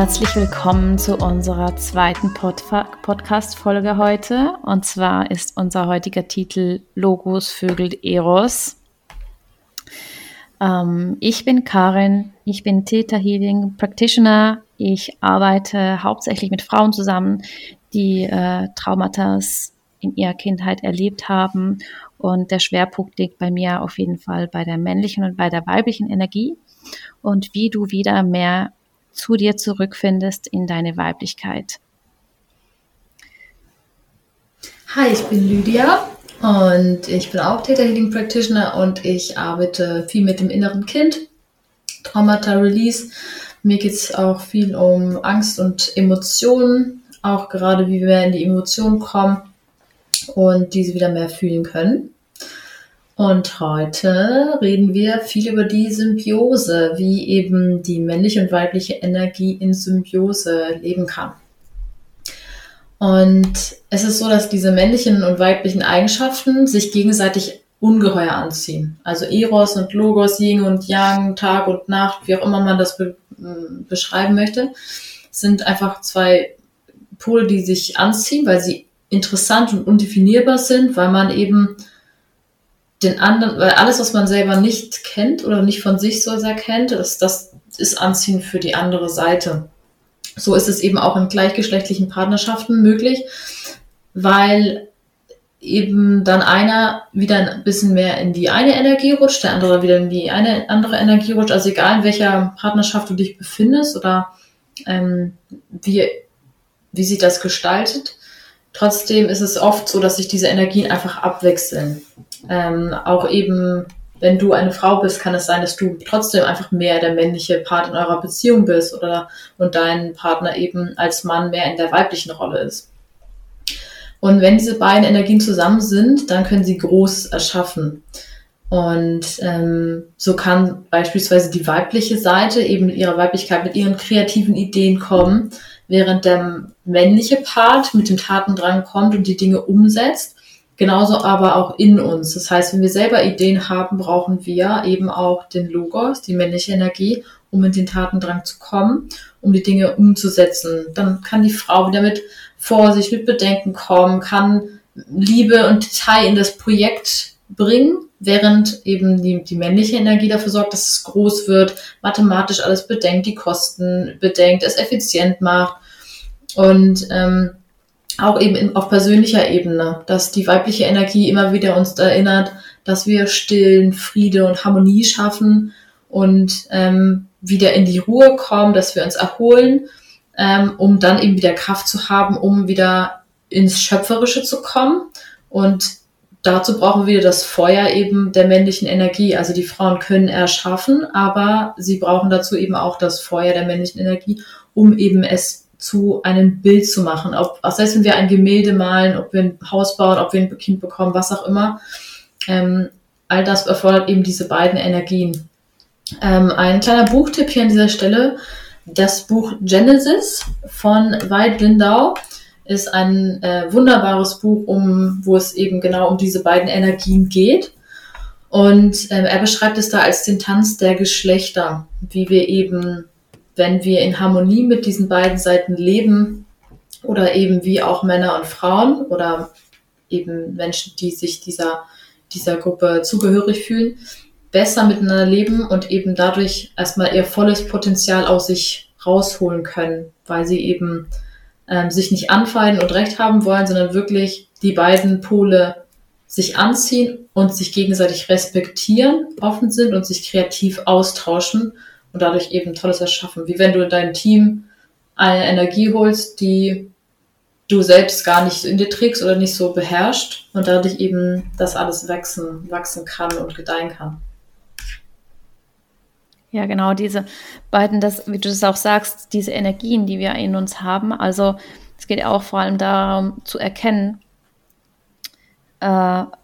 Herzlich willkommen zu unserer zweiten Podcast-Folge heute. Und zwar ist unser heutiger Titel Logos vögelt Eros. Ich bin Karin, ich bin Theta Healing Practitioner. Ich arbeite hauptsächlich mit Frauen zusammen, die Traumata in ihrer Kindheit erlebt haben. Und der Schwerpunkt liegt bei mir auf jeden Fall bei der männlichen und bei der weiblichen Energie und wie du wieder mehr zu dir zurückfindest in deine Weiblichkeit. Hi, ich bin Lydia und ich bin auch Theta Healing Practitioner und ich arbeite viel mit dem inneren Kind, Traumata Release. Mir geht es auch viel um Angst und Emotionen, auch gerade wie wir in die Emotionen kommen und diese wieder mehr fühlen können. Und heute reden wir viel über die Symbiose, wie eben die männliche und weibliche Energie in Symbiose leben kann. Und es ist so, dass diese männlichen und weiblichen Eigenschaften sich gegenseitig ungeheuer anziehen. Also Eros und Logos, Yin und Yang, Tag und Nacht, wie auch immer man das beschreiben möchte, sind einfach zwei Pole, die sich anziehen, weil sie interessant und undefinierbar sind, weil man eben den anderen, weil alles, was man selber nicht kennt oder nicht von sich so sehr kennt, das ist anziehend für die andere Seite. So ist es eben auch in gleichgeschlechtlichen Partnerschaften möglich, weil eben dann einer wieder ein bisschen mehr in die eine Energie rutscht, der andere wieder in die eine andere Energie rutscht. Also egal, in welcher Partnerschaft du dich befindest oder wie sich das gestaltet. Trotzdem ist es oft so, dass sich diese Energien einfach abwechseln. Auch eben, wenn du eine Frau bist, kann es sein, dass du trotzdem einfach mehr der männliche Part in eurer Beziehung bist und dein Partner eben als Mann mehr in der weiblichen Rolle ist. Und wenn diese beiden Energien zusammen sind, dann können sie groß erschaffen. Und so kann beispielsweise die weibliche Seite eben mit ihrer Weiblichkeit, mit ihren kreativen Ideen kommen, während der männliche Part mit dem Tatendrang kommt und die Dinge umsetzt. Genauso aber auch in uns. Das heißt, wenn wir selber Ideen haben, brauchen wir eben auch den Logos, die männliche Energie, um in den Tatendrang zu kommen, um die Dinge umzusetzen. Dann kann die Frau wieder mit Vorsicht, mit Bedenken kommen, kann Liebe und Detail in das Projekt bringen, während eben die männliche Energie dafür sorgt, dass es groß wird, mathematisch alles bedenkt, die Kosten bedenkt, es effizient macht und auch eben auf persönlicher Ebene, dass die weibliche Energie immer wieder uns erinnert, dass wir Stillen, Friede und Harmonie schaffen und wieder in die Ruhe kommen, dass wir uns erholen, um dann eben wieder Kraft zu haben, um wieder ins Schöpferische zu kommen. Und dazu brauchen wir das Feuer eben der männlichen Energie. Also die Frauen können erschaffen, aber sie brauchen dazu eben auch das Feuer der männlichen Energie, um eben es zu einem Bild zu machen. Das heißt, wenn wir ein Gemälde malen, ob wir ein Haus bauen, ob wir ein Kind bekommen, was auch immer. All das erfordert eben diese beiden Energien. Ein kleiner Buchtipp hier an dieser Stelle. Das Buch Genesis von Veit Lindau ist ein wunderbares Buch, wo es eben genau um diese beiden Energien geht. Und er beschreibt es da als den Tanz der Geschlechter, wie wir eben, wenn wir in Harmonie mit diesen beiden Seiten leben oder eben wie auch Männer und Frauen oder eben Menschen, die sich dieser Gruppe zugehörig fühlen, besser miteinander leben und eben dadurch erstmal ihr volles Potenzial aus sich rausholen können, weil sie eben sich nicht anfeinden und Recht haben wollen, sondern wirklich die beiden Pole sich anziehen und sich gegenseitig respektieren, offen sind und sich kreativ austauschen und dadurch eben Tolles erschaffen. Wie wenn du in dein Team eine Energie holst, die du selbst gar nicht in dir trägst oder nicht so beherrscht und dadurch eben das alles wachsen kann und gedeihen kann. Ja, genau, diese beiden, wie du das auch sagst, diese Energien, die wir in uns haben. Also es geht auch vor allem darum zu erkennen, dass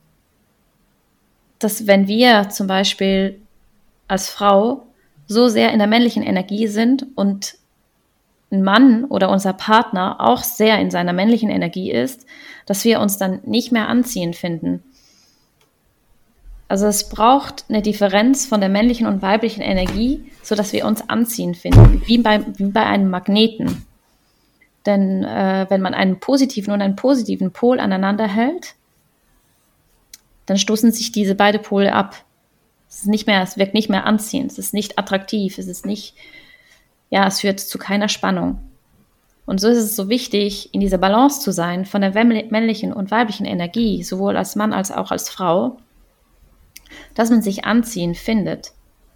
wenn wir zum Beispiel als Frau so sehr in der männlichen Energie sind und ein Mann oder unser Partner auch sehr in seiner männlichen Energie ist, dass wir uns dann nicht mehr anziehend finden. Also es braucht eine Differenz von der männlichen und weiblichen Energie, sodass wir uns anziehen finden, wie bei einem Magneten. Denn wenn man einen positiven und einen positiven Pol aneinander hält, dann stoßen sich diese beiden Pole ab. Es wirkt nicht mehr anziehend, es ist nicht attraktiv, es führt zu keiner Spannung. Und so ist es so wichtig, in dieser Balance zu sein von der männlichen und weiblichen Energie, sowohl als Mann als auch als Frau, dass man sich anziehen findet.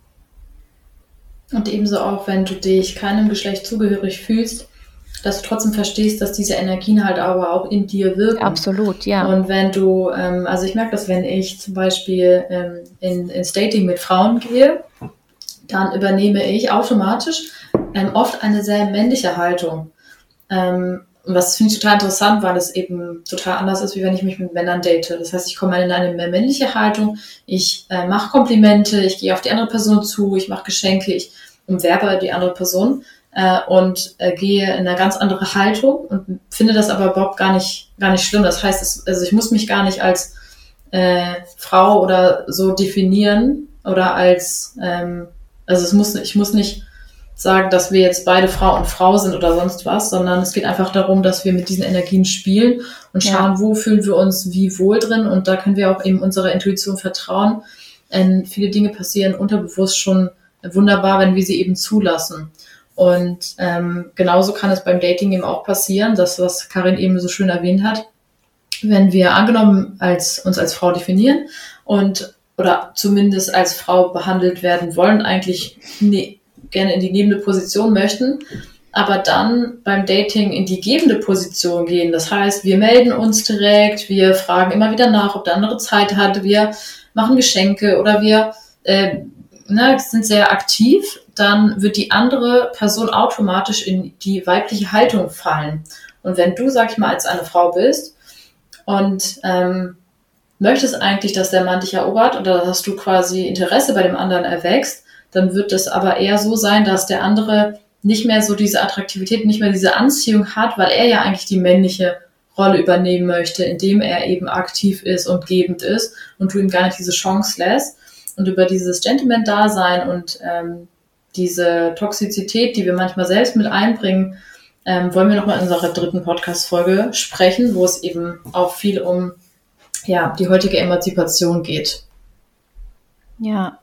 Und ebenso auch, wenn du dich keinem Geschlecht zugehörig fühlst, dass du trotzdem verstehst, dass diese Energien halt aber auch in dir wirken. Absolut, ja. Und wenn du, also ich merke das, wenn ich zum Beispiel ins Dating mit Frauen gehe, dann übernehme ich automatisch oft eine sehr männliche Haltung. Und das finde ich total interessant, weil es eben total anders ist, wie wenn ich mich mit Männern date. Das heißt, ich komme in eine mehr männliche Haltung, ich mache Komplimente, ich gehe auf die andere Person zu, ich mache Geschenke, ich umwerbe die andere Person und gehe in eine ganz andere Haltung und finde das aber überhaupt gar nicht schlimm. Das heißt, ich muss mich gar nicht als Frau oder so definieren oder als, ich muss nicht sagen, dass wir jetzt beide Frau und Frau sind oder sonst was, sondern es geht einfach darum, dass wir mit diesen Energien spielen und schauen, wo fühlen wir uns wie wohl drin, und da können wir auch eben unserer Intuition vertrauen. Viele Dinge passieren unterbewusst schon wunderbar, wenn wir sie eben zulassen. Und genauso kann es beim Dating eben auch passieren, das, was Karin eben so schön erwähnt hat, wenn wir angenommen uns als Frau definieren oder zumindest als Frau behandelt werden wollen, eigentlich gerne in die gebende Position möchten, aber dann beim Dating in die gebende Position gehen. Das heißt, wir melden uns direkt, wir fragen immer wieder nach, ob der andere Zeit hat, wir machen Geschenke oder wir sind sehr aktiv, dann wird die andere Person automatisch in die weibliche Haltung fallen. Und wenn du, sag ich mal, als eine Frau bist und möchtest eigentlich, dass der Mann dich erobert oder dass du quasi Interesse bei dem anderen erwächst, dann wird es aber eher so sein, dass der andere nicht mehr so diese Attraktivität, nicht mehr diese Anziehung hat, weil er ja eigentlich die männliche Rolle übernehmen möchte, indem er eben aktiv ist und gebend ist und du ihm gar nicht diese Chance lässt. Und über dieses Gentleman-Dasein und diese Toxizität, die wir manchmal selbst mit einbringen, wollen wir nochmal in unserer 3. Podcast-Folge sprechen, wo es eben auch viel um die heutige Emanzipation geht. Ja,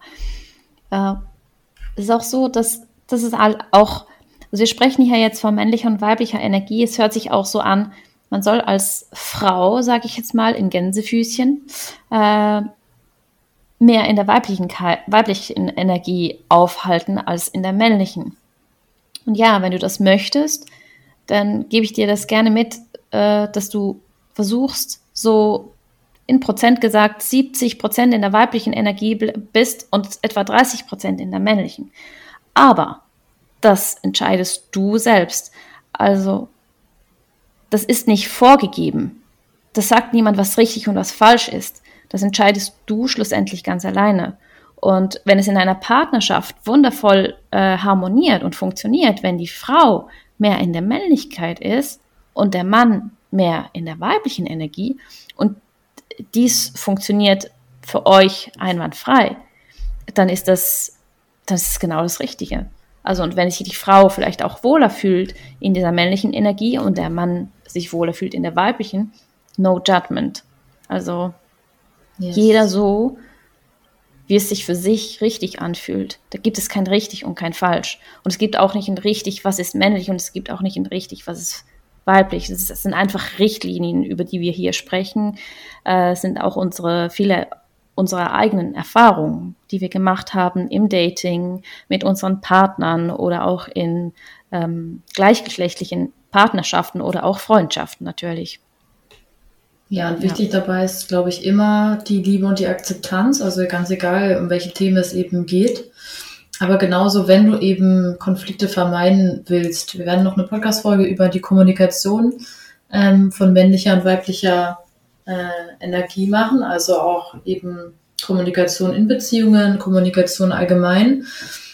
es ist auch so, dass es auch, also wir sprechen hier jetzt von männlicher und weiblicher Energie, es hört sich auch so an, man soll als Frau, sage ich jetzt mal in Gänsefüßchen, mehr in der weiblichen Energie aufhalten als in der männlichen. Und ja, wenn du das möchtest, dann gebe ich dir das gerne mit, dass du versuchst, so in Prozent gesagt 70% in der weiblichen Energie bist und etwa 30% in der männlichen. Aber das entscheidest du selbst. Also das ist nicht vorgegeben. Das sagt niemand, was richtig und was falsch ist. Das entscheidest du schlussendlich ganz alleine. Und wenn es in einer Partnerschaft wundervoll harmoniert und funktioniert, wenn die Frau mehr in der Männlichkeit ist und der Mann mehr in der weiblichen Energie und dies funktioniert für euch einwandfrei, dann ist das genau das Richtige. Also und wenn sich die Frau vielleicht auch wohler fühlt in dieser männlichen Energie und der Mann sich wohler fühlt in der weiblichen, no judgment. Also jeder so, wie es sich für sich richtig anfühlt. Da gibt es kein richtig und kein falsch. Und es gibt auch nicht ein richtig, was ist männlich, und es gibt auch nicht ein richtig, was ist weiblich. Das sind einfach Richtlinien, über die wir hier sprechen. Es sind auch viele unserer eigenen Erfahrungen, die wir gemacht haben im Dating, mit unseren Partnern oder auch in gleichgeschlechtlichen Partnerschaften oder auch Freundschaften natürlich. Ja, und wichtig dabei ist, glaube ich, immer die Liebe und die Akzeptanz, also ganz egal, um welche Themen es eben geht. Aber genauso, wenn du eben Konflikte vermeiden willst, wir werden noch eine Podcast-Folge über die Kommunikation von männlicher und weiblicher Energie machen, also auch eben Kommunikation in Beziehungen, Kommunikation allgemein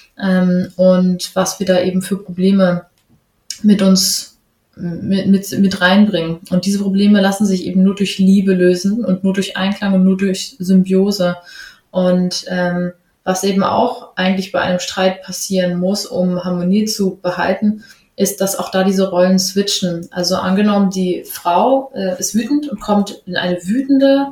und was wir da eben für Probleme mit uns mit reinbringen. Und diese Probleme lassen sich eben nur durch Liebe lösen und nur durch Einklang und nur durch Symbiose. Und was eben auch eigentlich bei einem Streit passieren muss, um Harmonie zu behalten, ist, dass auch da diese Rollen switchen. Also angenommen, die Frau ist wütend und kommt in eine wütende,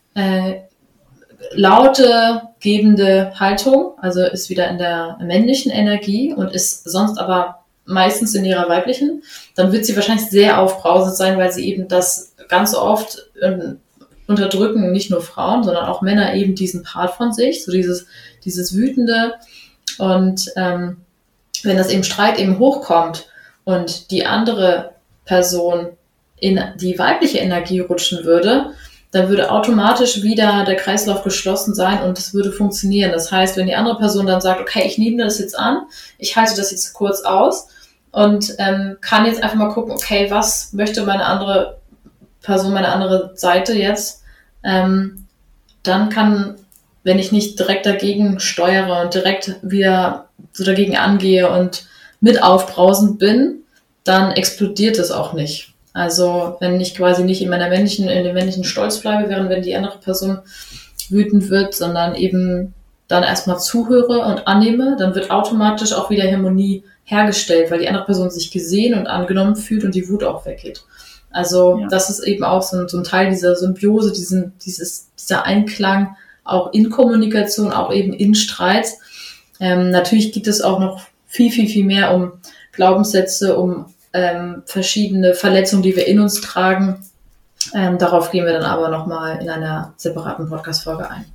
laute, gebende Haltung, also ist wieder in der männlichen Energie und ist sonst aber meistens in ihrer weiblichen, dann wird sie wahrscheinlich sehr aufbrausend sein, weil sie eben das ganz oft unterdrücken, nicht nur Frauen, sondern auch Männer eben diesen Part von sich, so dieses Wütende. Und wenn das im Streit eben hochkommt und die andere Person in die weibliche Energie rutschen würde, dann würde automatisch wieder der Kreislauf geschlossen sein und es würde funktionieren. Das heißt, wenn die andere Person dann sagt, okay, ich nehme das jetzt an, ich halte das jetzt kurz aus und kann jetzt einfach mal gucken, okay, was möchte meine andere Person, meine andere Seite jetzt, dann kann, wenn ich nicht direkt dagegen steuere und direkt wieder so dagegen angehe und mit aufbrausend bin, dann explodiert es auch nicht. Also wenn ich quasi nicht in dem männlichen Stolz bleibe, während wenn die andere Person wütend wird, sondern eben dann erstmal zuhöre und annehme, dann wird automatisch auch wieder Harmonie hergestellt, weil die andere Person sich gesehen und angenommen fühlt und die Wut auch weggeht. Also das ist eben auch so ein Teil dieser Symbiose, dieser Einklang auch in Kommunikation, auch eben in Streits. Natürlich geht es auch noch viel, viel, viel mehr um Glaubenssätze, um verschiedene Verletzungen, die wir in uns tragen. Darauf gehen wir dann aber nochmal in einer separaten Podcast-Folge ein.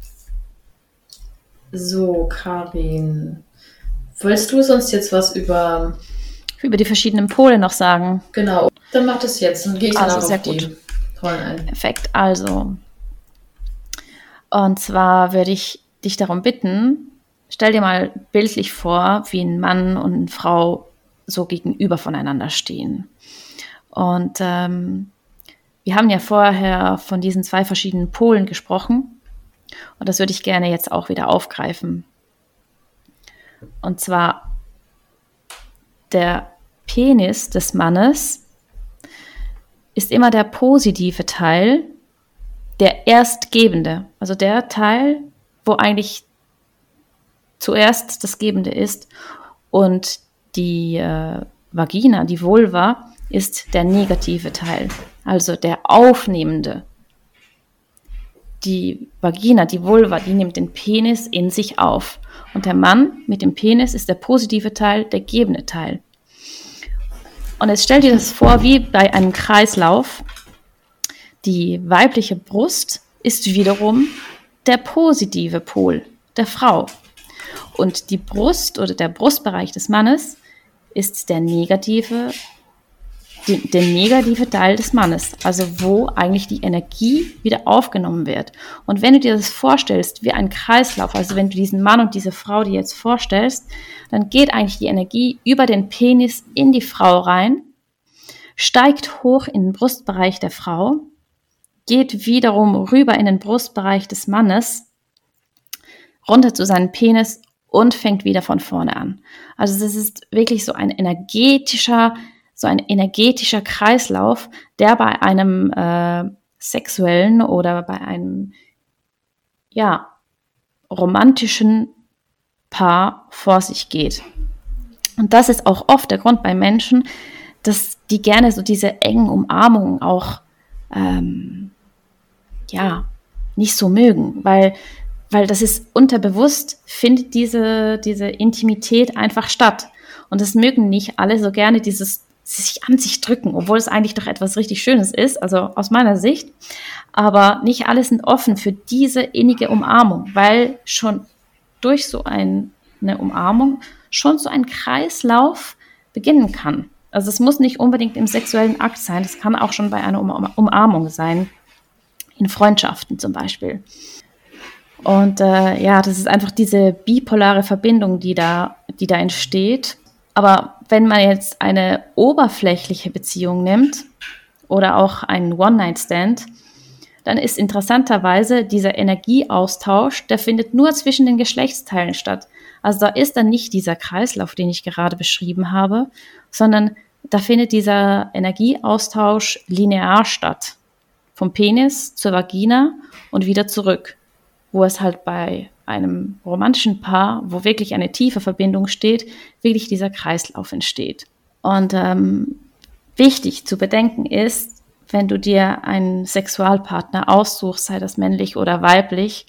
So, Karin, wolltest du sonst jetzt was über die verschiedenen Pole noch sagen? Genau, dann mach das jetzt. Dann gehe ich danach sehr auf die Rollen ein. Perfekt, also. Und zwar würde ich dich darum bitten, stell dir mal bildlich vor, wie ein Mann und eine Frau so gegenüber voneinander stehen. Und wir haben ja vorher von diesen 2 verschiedenen Polen gesprochen. Und das würde ich gerne jetzt auch wieder aufgreifen. Und zwar der Penis des Mannes ist immer der positive Teil, der Erstgebende. Also der Teil, wo eigentlich zuerst das Gebende ist. Und die Vagina, die Vulva, ist der negative Teil, also der Aufnehmende. Die Vagina, die Vulva, die nimmt den Penis in sich auf. Und der Mann mit dem Penis ist der positive Teil, der gebende Teil. Und jetzt stell dir das vor wie bei einem Kreislauf. Die weibliche Brust ist wiederum der positive Pol der Frau. Und die Brust oder der Brustbereich des Mannes ist der negative Teil des Mannes, also wo eigentlich die Energie wieder aufgenommen wird. Und wenn du dir das vorstellst wie ein Kreislauf, also wenn du diesen Mann und diese Frau dir jetzt vorstellst, dann geht eigentlich die Energie über den Penis in die Frau rein, steigt hoch in den Brustbereich der Frau, geht wiederum rüber in den Brustbereich des Mannes, runter zu seinem Penis und fängt wieder von vorne an. Also das ist wirklich so ein energetischer Kreislauf, der bei einem sexuellen oder bei einem romantischen Paar vor sich geht. Und das ist auch oft der Grund bei Menschen, dass die gerne so diese engen Umarmungen auch nicht so mögen, weil das ist unterbewusst, findet diese Intimität einfach statt. Und das mögen nicht alle so gerne, dieses sich an sich drücken, obwohl es eigentlich doch etwas richtig Schönes ist, also aus meiner Sicht. Aber nicht alle sind offen für diese innige Umarmung, weil schon durch so eine Umarmung schon so ein Kreislauf beginnen kann. Also es muss nicht unbedingt im sexuellen Akt sein, das kann auch schon bei einer Umarmung sein, in Freundschaften zum Beispiel. Und das ist einfach diese bipolare Verbindung, die da entsteht. Aber wenn man jetzt eine oberflächliche Beziehung nimmt oder auch einen One-Night-Stand, dann ist interessanterweise dieser Energieaustausch, der findet nur zwischen den Geschlechtsteilen statt. Also da ist dann nicht dieser Kreislauf, den ich gerade beschrieben habe, sondern da findet dieser Energieaustausch linear statt. Vom Penis zur Vagina und wieder zurück. wo es halt bei einem romantischen Paar, wo wirklich eine tiefe Verbindung steht, wirklich dieser Kreislauf entsteht. Und wichtig zu bedenken ist, wenn du dir einen Sexualpartner aussuchst, sei das männlich oder weiblich,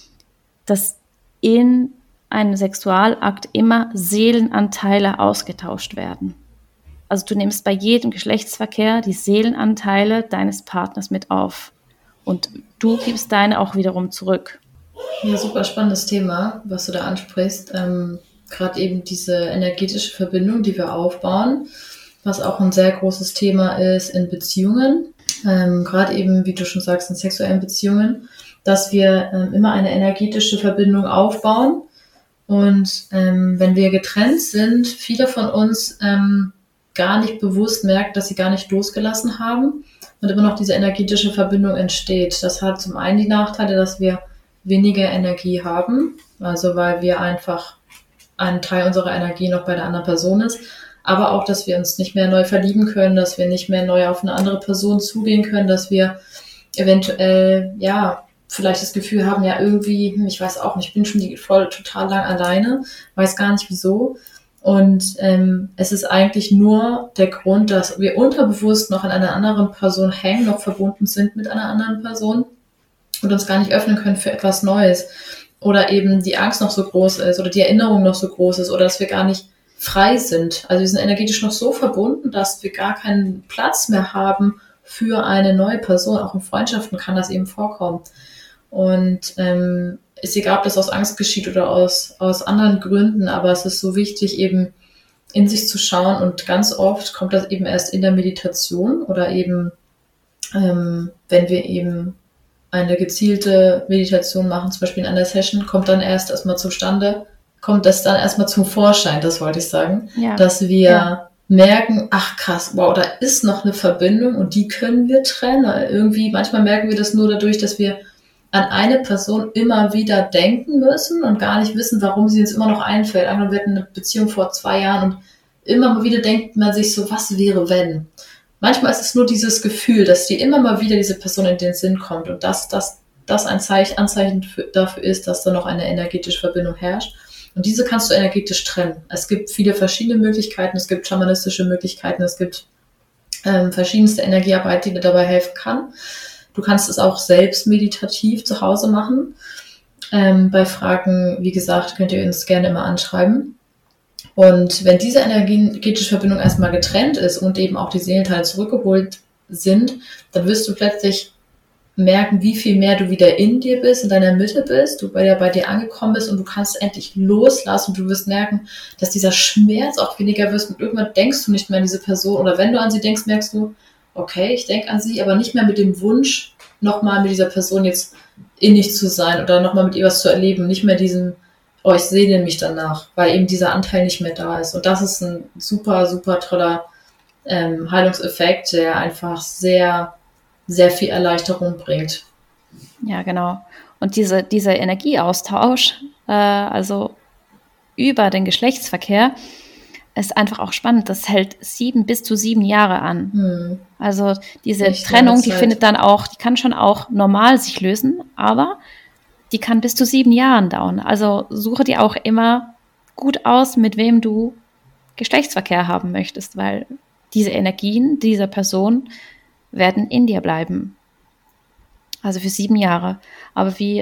dass in einem Sexualakt immer Seelenanteile ausgetauscht werden. Also du nimmst bei jedem Geschlechtsverkehr die Seelenanteile deines Partners mit auf und du gibst deine auch wiederum zurück. Ja, super spannendes Thema, was du da ansprichst. Gerade eben diese energetische Verbindung, die wir aufbauen, was auch ein sehr großes Thema ist in Beziehungen. Gerade eben, wie du schon sagst, in sexuellen Beziehungen, dass wir immer eine energetische Verbindung aufbauen. Und wenn wir getrennt sind, viele von uns gar nicht bewusst merken, dass sie gar nicht losgelassen haben und immer noch diese energetische Verbindung entsteht. Das hat zum einen die Nachteile, dass wir weniger Energie haben, also weil wir einfach ein Teil unserer Energie noch bei der anderen Person ist, aber auch, dass wir uns nicht mehr neu verlieben können, dass wir nicht mehr neu auf eine andere Person zugehen können, dass wir eventuell, vielleicht das Gefühl haben, ja irgendwie, ich weiß auch nicht, ich bin schon total lang alleine, weiß gar nicht wieso. Und es ist eigentlich nur der Grund, dass wir unterbewusst noch an einer anderen Person hängen, noch verbunden sind mit einer anderen Person und uns gar nicht öffnen können für etwas Neues. Oder eben die Angst noch so groß ist oder die Erinnerung noch so groß ist oder dass wir gar nicht frei sind. Also wir sind energetisch noch so verbunden, dass wir gar keinen Platz mehr haben für eine neue Person. Auch in Freundschaften kann das eben vorkommen. Und ist egal, ob das aus Angst geschieht oder aus anderen Gründen, aber es ist so wichtig, eben in sich zu schauen und ganz oft kommt das eben erst in der Meditation oder eben, wenn wir eben eine gezielte Meditation machen, zum Beispiel in einer Session, kommt das dann erstmal zum Vorschein, das wollte ich sagen, dass wir merken, ach krass, wow, da ist noch eine Verbindung und die können wir trennen. Irgendwie, manchmal merken wir das nur dadurch, dass wir an eine Person immer wieder denken müssen und gar nicht wissen, warum sie uns immer noch einfällt. Einmal wir hatten eine Beziehung vor 2 Jahren und immer mal wieder denkt man sich so, was wäre wenn? Manchmal ist es nur dieses Gefühl, dass dir immer mal wieder diese Person in den Sinn kommt und dass das ein Anzeichen dafür ist, dass da noch eine energetische Verbindung herrscht. Und diese kannst du energetisch trennen. Es gibt viele verschiedene Möglichkeiten, es gibt schamanistische Möglichkeiten, es gibt verschiedenste Energiearbeit, die dir dabei helfen kann. Du kannst es auch selbst meditativ zu Hause machen. Bei Fragen, wie gesagt, könnt ihr uns gerne immer anschreiben. Und wenn diese energetische Verbindung erstmal getrennt ist und eben auch die Seelenteile zurückgeholt sind, dann wirst du plötzlich merken, wie viel mehr du wieder in dir bist, in deiner Mitte bist, du bei dir angekommen bist und du kannst endlich loslassen. Du wirst merken, dass dieser Schmerz auch weniger wird und irgendwann denkst du nicht mehr an diese Person oder wenn du an sie denkst, merkst du, okay, ich denke an sie, aber nicht mehr mit dem Wunsch, nochmal mit dieser Person jetzt innig zu sein oder nochmal mit ihr was zu erleben, nicht mehr diesem, oh, ich sehne mich danach, weil eben dieser Anteil nicht mehr da ist. Und das ist ein super, super toller Heilungseffekt, der einfach sehr, sehr viel Erleichterung bringt. Ja, genau. Und dieser Energieaustausch, also über den Geschlechtsverkehr, ist einfach auch spannend. Das hält 7 bis zu 7 Jahre an. Also diese echt Trennung, die findet dann auch, die kann schon auch normal sich lösen, aber die kann bis zu 7 Jahren dauern. Also suche dir auch immer gut aus, mit wem du Geschlechtsverkehr haben möchtest, weil diese Energien dieser Person werden in dir bleiben. Also für 7 Jahre. Aber wie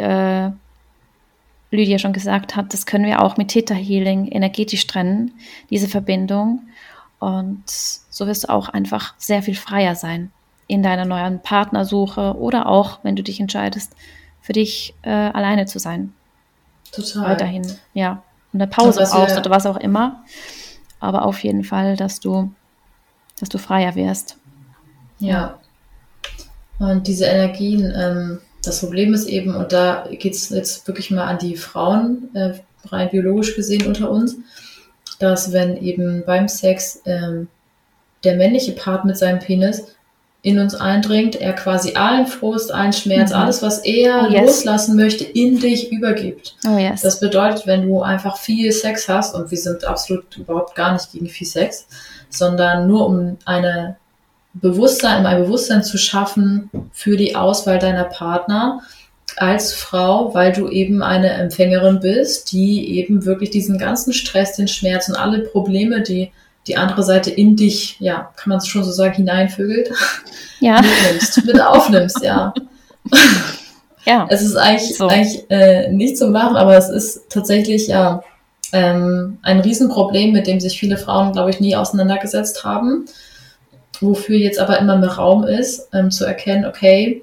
Lydia schon gesagt hat, das können wir auch mit Theta Healing energetisch trennen, diese Verbindung. Und so wirst du auch einfach sehr viel freier sein in deiner neuen Partnersuche oder auch, wenn du dich entscheidest, für dich alleine zu sein. Total. Weiterhin, ja. Und eine Pause brauchst oder was auch immer. Aber auf jeden Fall, dass du freier wirst. Ja. Und diese Energien, das Problem ist eben, und da geht es jetzt wirklich mal an die Frauen, rein biologisch gesehen unter uns, dass wenn eben beim Sex der männliche Part mit seinem Penis in uns eindringt, er quasi allen Frust, allen Schmerz, alles, was er loslassen möchte, in dich übergibt. Oh, yes. Das bedeutet, wenn du einfach viel Sex hast, und wir sind absolut überhaupt gar nicht gegen viel Sex, sondern nur um ein Bewusstsein zu schaffen für die Auswahl deiner Partner, als Frau, weil du eben eine Empfängerin bist, die eben wirklich diesen ganzen Stress, den Schmerz und alle Probleme, die die andere Seite in dich, ja, kann man es schon so sagen, hineinvögelt, mit aufnimmst, ja. Ja. Es ist eigentlich nicht zum Lachen, aber es ist tatsächlich, ja, ein Riesenproblem, mit dem sich viele Frauen, glaube ich, nie auseinandergesetzt haben, wofür jetzt aber immer mehr Raum ist, zu erkennen, okay,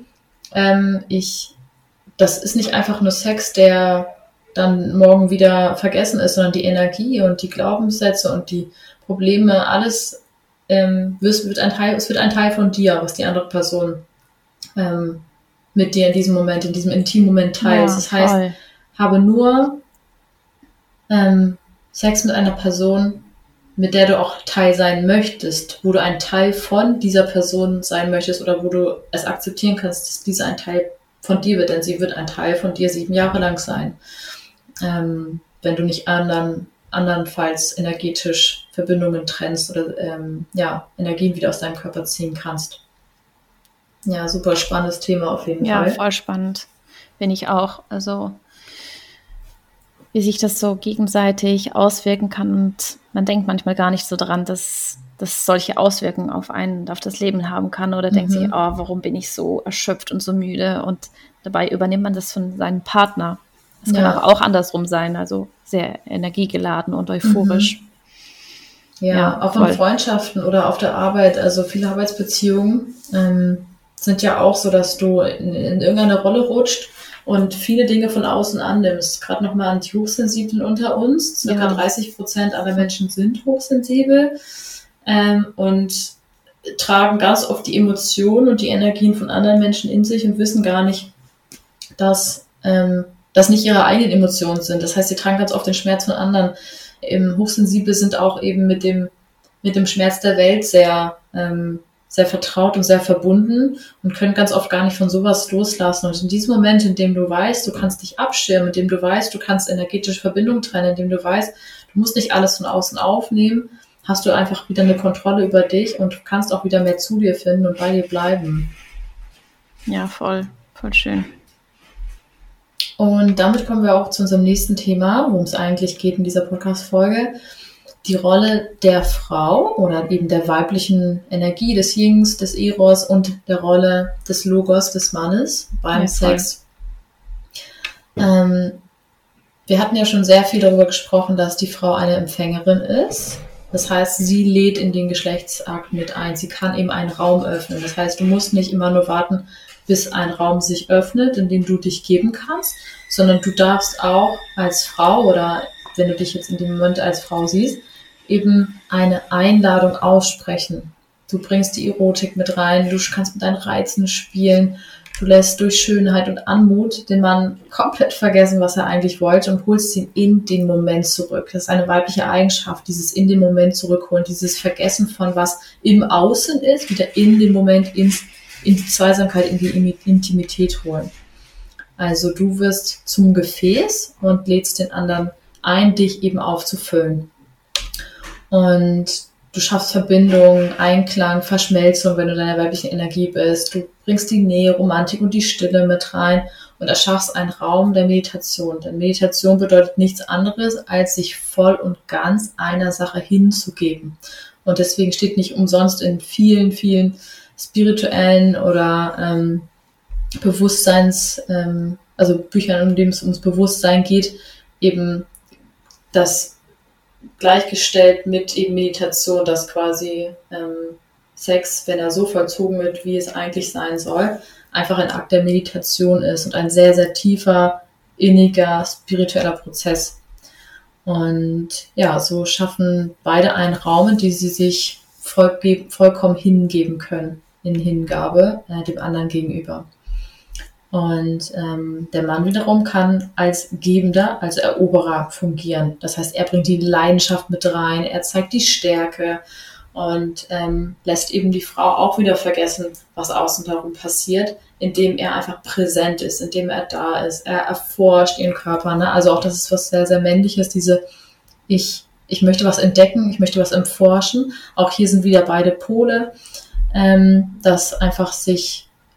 das ist nicht einfach nur Sex, der dann morgen wieder vergessen ist, sondern die Energie und die Glaubenssätze und die Probleme, alles es wird ein Teil von dir, was die andere Person mit dir in diesem Moment, in diesem intimen Moment teilt. Ja, das heißt, habe nur Sex mit einer Person, mit der du auch Teil sein möchtest, wo du ein Teil von dieser Person sein möchtest oder wo du es akzeptieren kannst, dass diese ein Teil von dir wird, denn sie wird ein Teil von dir 7 Jahre lang sein. Wenn du nicht andernfalls energetisch Verbindungen trennst oder Energien wieder aus deinem Körper ziehen kannst. Ja, super spannendes Thema auf jeden Fall. Ja, voll spannend. Bin ich auch. Also wie sich das so gegenseitig auswirken kann und man denkt manchmal gar nicht so dran, dass das solche Auswirkungen auf einen, auf das Leben haben kann oder denkt sich, warum bin ich so erschöpft und so müde und dabei übernimmt man das von seinem Partner. Das kann aber auch andersrum sein, also sehr energiegeladen und euphorisch. Ja, auch in Freundschaften oder auf der Arbeit, also viele Arbeitsbeziehungen sind ja auch so, dass du in irgendeine Rolle rutscht und viele Dinge von außen annimmst. Gerade nochmal an die Hochsensiblen unter uns. Circa 30% aller Menschen sind hochsensibel und tragen ganz oft die Emotionen und die Energien von anderen Menschen in sich und wissen gar nicht, dass das nicht ihre eigenen Emotionen sind. Das heißt, sie tragen ganz oft den Schmerz von anderen. Hochsensible sind auch eben mit dem Schmerz der Welt sehr vertraut und sehr verbunden und können ganz oft gar nicht von sowas loslassen. Und in diesem Moment, in dem du weißt, du kannst dich abschirmen, in dem du weißt, du kannst energetische Verbindung trennen, in dem du weißt, du musst nicht alles von außen aufnehmen, hast du einfach wieder eine Kontrolle über dich und kannst auch wieder mehr zu dir finden und bei dir bleiben. Ja, voll schön. Und damit kommen wir auch zu unserem nächsten Thema, worum es eigentlich geht in dieser Podcast-Folge. Die Rolle der Frau oder eben der weiblichen Energie, des Yings, des Eros und der Rolle des Logos, des Mannes beim Sex. Wir hatten ja schon sehr viel darüber gesprochen, dass die Frau eine Empfängerin ist. Das heißt, sie lädt in den Geschlechtsakt mit ein. Sie kann eben einen Raum öffnen. Das heißt, du musst nicht immer nur warten, bis ein Raum sich öffnet, in dem du dich geben kannst, sondern du darfst auch als Frau oder wenn du dich jetzt in dem Moment als Frau siehst, eben eine Einladung aussprechen. Du bringst die Erotik mit rein, du kannst mit deinen Reizen spielen, du lässt durch Schönheit und Anmut den Mann komplett vergessen, was er eigentlich wollte und holst ihn in den Moment zurück. Das ist eine weibliche Eigenschaft, dieses in den Moment zurückholen, dieses Vergessen von was im Außen ist, wieder in den Moment in die Zweisamkeit, in die Intimität holen. Also du wirst zum Gefäß und lädst den anderen ein, dich eben aufzufüllen. Und du schaffst Verbindung, Einklang, Verschmelzung, wenn du in deiner weiblichen Energie bist. Du bringst die Nähe, Romantik und die Stille mit rein und erschaffst einen Raum der Meditation. Denn Meditation bedeutet nichts anderes, als sich voll und ganz einer Sache hinzugeben. Und deswegen steht nicht umsonst in vielen, vielen spirituellen oder also Büchern, in denen es ums Bewusstsein geht, eben das gleichgestellt mit eben Meditation, dass quasi Sex, wenn er so vollzogen wird, wie es eigentlich sein soll, einfach ein Akt der Meditation ist und ein sehr, sehr tiefer, inniger, spiritueller Prozess. Und ja, so schaffen beide einen Raum, in dem sie sich vollkommen hingeben können, in Hingabe dem anderen gegenüber. Und der Mann wiederum kann als Gebender, als Eroberer fungieren. Das heißt, er bringt die Leidenschaft mit rein, er zeigt die Stärke und lässt eben die Frau auch wieder vergessen, was außen darum passiert, indem er einfach präsent ist, indem er da ist. Er erforscht ihren Körper. Ne? Also auch das ist was sehr, sehr Männliches, ich möchte was entdecken, ich möchte was erforschen. Auch hier sind wieder beide Pole, dass einfach sich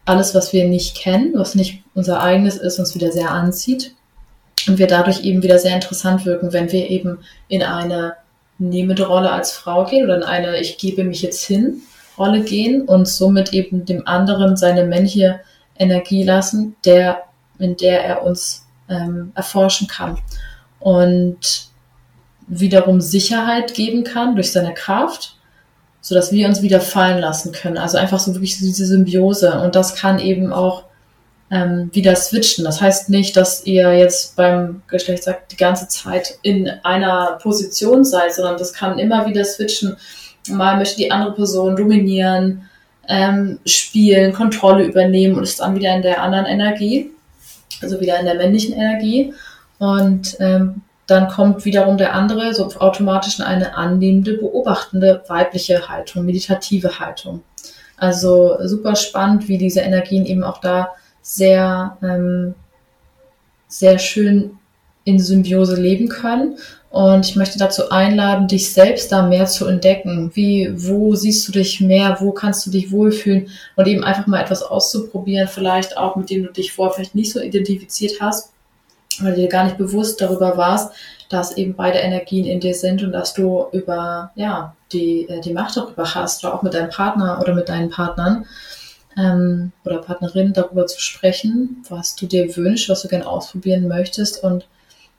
alles, was wir nicht kennen, was nicht unser eigenes ist, uns wieder sehr anzieht und wir dadurch eben wieder sehr interessant wirken, wenn wir eben in eine nehmende Rolle als Frau gehen oder in eine ich gebe mich jetzt hin Rolle gehen und somit eben dem anderen seine männliche Energie lassen, in der er uns erforschen kann und wiederum Sicherheit geben kann durch seine Kraft, sodass wir uns wieder fallen lassen können. Also einfach so wirklich diese Symbiose. Und das kann eben auch wieder switchen. Das heißt nicht, dass ihr jetzt beim Geschlechtsakt die ganze Zeit in einer Position seid, sondern das kann immer wieder switchen. Mal möchte die andere Person dominieren, spielen, Kontrolle übernehmen und ist dann wieder in der anderen Energie, also wieder in der männlichen Energie. Und dann kommt wiederum der andere so automatisch in eine annehmende, beobachtende weibliche Haltung, meditative Haltung. Also super spannend, wie diese Energien eben auch da sehr, sehr schön in Symbiose leben können. Und ich möchte dazu einladen, dich selbst da mehr zu entdecken. Wo siehst du dich mehr? Wo kannst du dich wohlfühlen? Und eben einfach mal etwas auszuprobieren, vielleicht auch, mit dem du dich vorher vielleicht nicht so identifiziert hast, weil du dir gar nicht bewusst darüber warst, dass eben beide Energien in dir sind und dass du über die Macht darüber hast, oder auch mit deinem Partner oder mit deinen Partnern oder Partnerin darüber zu sprechen, was du dir wünschst, was du gerne ausprobieren möchtest und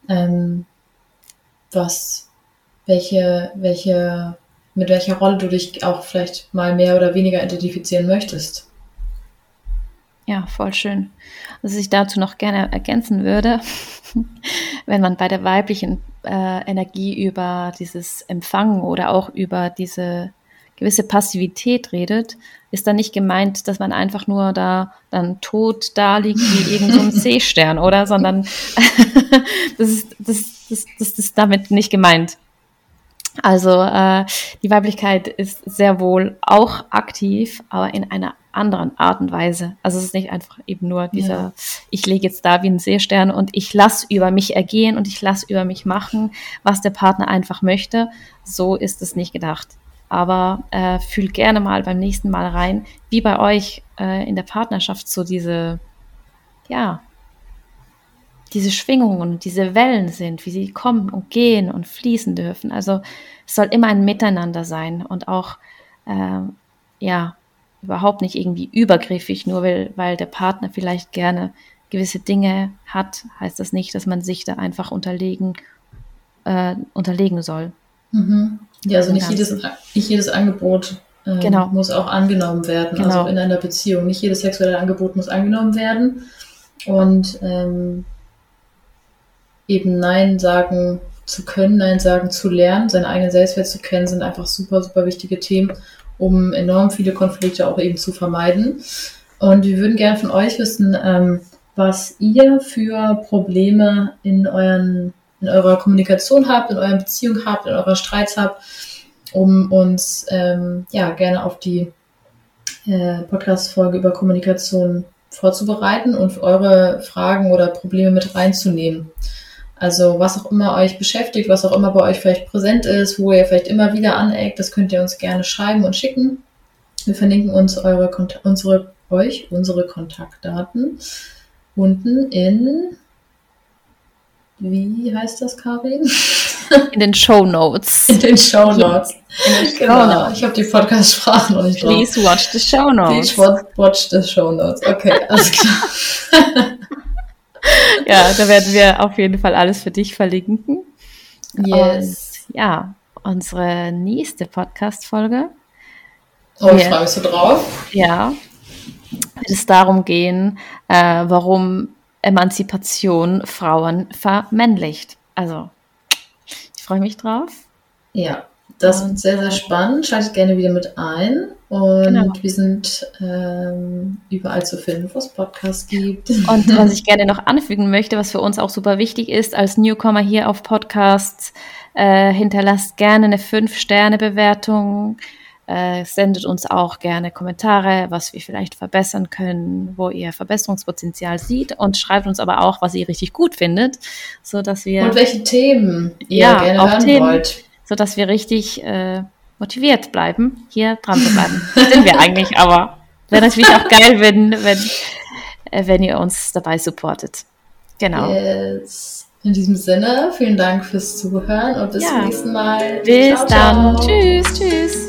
mit welcher Rolle du dich auch vielleicht mal mehr oder weniger identifizieren möchtest. Ja, voll schön. Was ich dazu noch gerne ergänzen würde, wenn man bei der weiblichen Energie über dieses Empfangen oder auch über diese gewisse Passivität redet, ist dann nicht gemeint, dass man einfach nur da dann tot da liegt wie irgend so ein Seestern, oder? Sondern das ist damit nicht gemeint. Also die Weiblichkeit ist sehr wohl auch aktiv, aber in einer anderen Art und Weise. Also es ist nicht einfach eben nur dieser, ich lege jetzt da wie ein Seestern und ich lasse über mich ergehen und ich lasse über mich machen, was der Partner einfach möchte. So ist es nicht gedacht. Aber fühl gerne mal beim nächsten Mal rein, wie bei euch in der Partnerschaft so diese Schwingungen, diese Wellen sind, wie sie kommen und gehen und fließen dürfen. Also es soll immer ein Miteinander sein und auch überhaupt nicht irgendwie übergriffig, nur weil der Partner vielleicht gerne gewisse Dinge hat, heißt das nicht, dass man sich da einfach unterlegen soll. Mhm. Ja, also nicht jedes Angebot muss auch angenommen werden. Genau. Also in einer Beziehung. Nicht jedes sexuelle Angebot muss angenommen werden. Und eben Nein sagen zu können, Nein sagen zu lernen, seinen eigenen Selbstwert zu kennen, sind einfach super, super wichtige Themen, um enorm viele Konflikte auch eben zu vermeiden. Und wir würden gerne von euch wissen, was ihr für Probleme in eurer Kommunikation habt, in euren Beziehungen habt, in eurer Streits habt, um uns gerne auf die Podcast-Folge über Kommunikation vorzubereiten und für eure Fragen oder Probleme mit reinzunehmen. Also was auch immer euch beschäftigt, was auch immer bei euch vielleicht präsent ist, wo ihr vielleicht immer wieder aneckt, das könnt ihr uns gerne schreiben und schicken. Wir verlinken uns unsere Kontaktdaten unten in, wie heißt das, Karin? In den Shownotes. In den Shownotes. Genau. Ich habe die Podcast-Sprache noch nicht drauf. Please watch the Shownotes. Please watch the Shownotes. Okay, alles klar. Ja, da werden wir auf jeden Fall alles für dich verlinken. Yes. Und ja, unsere nächste Podcast-Folge. Oh, ich freue mich so drauf. Ja, wird es darum gehen, warum Emanzipation Frauen vermännlicht. Also, ich freue mich drauf. Ja, das wird sehr, sehr spannend. Schaltet gerne wieder mit ein. Und wir sind überall zu finden, wo es Podcasts gibt. Und was ich gerne noch anfügen möchte, was für uns auch super wichtig ist, als Newcomer hier auf Podcasts, hinterlasst gerne eine 5-Sterne-Bewertung. Sendet uns auch gerne Kommentare, was wir vielleicht verbessern können, wo ihr Verbesserungspotenzial seht, und schreibt uns aber auch, was ihr richtig gut findet, so dass wir und welche Themen ihr gerne hören wollt, so dass wir richtig motiviert bleiben, hier dran zu bleiben. Sind wir eigentlich, aber wäre natürlich auch geil, wenn ihr uns dabei supportet. Genau. Yes. In diesem Sinne, vielen Dank fürs Zuhören und bis zum nächsten Mal. Bis dann. Tschüss, tschüss.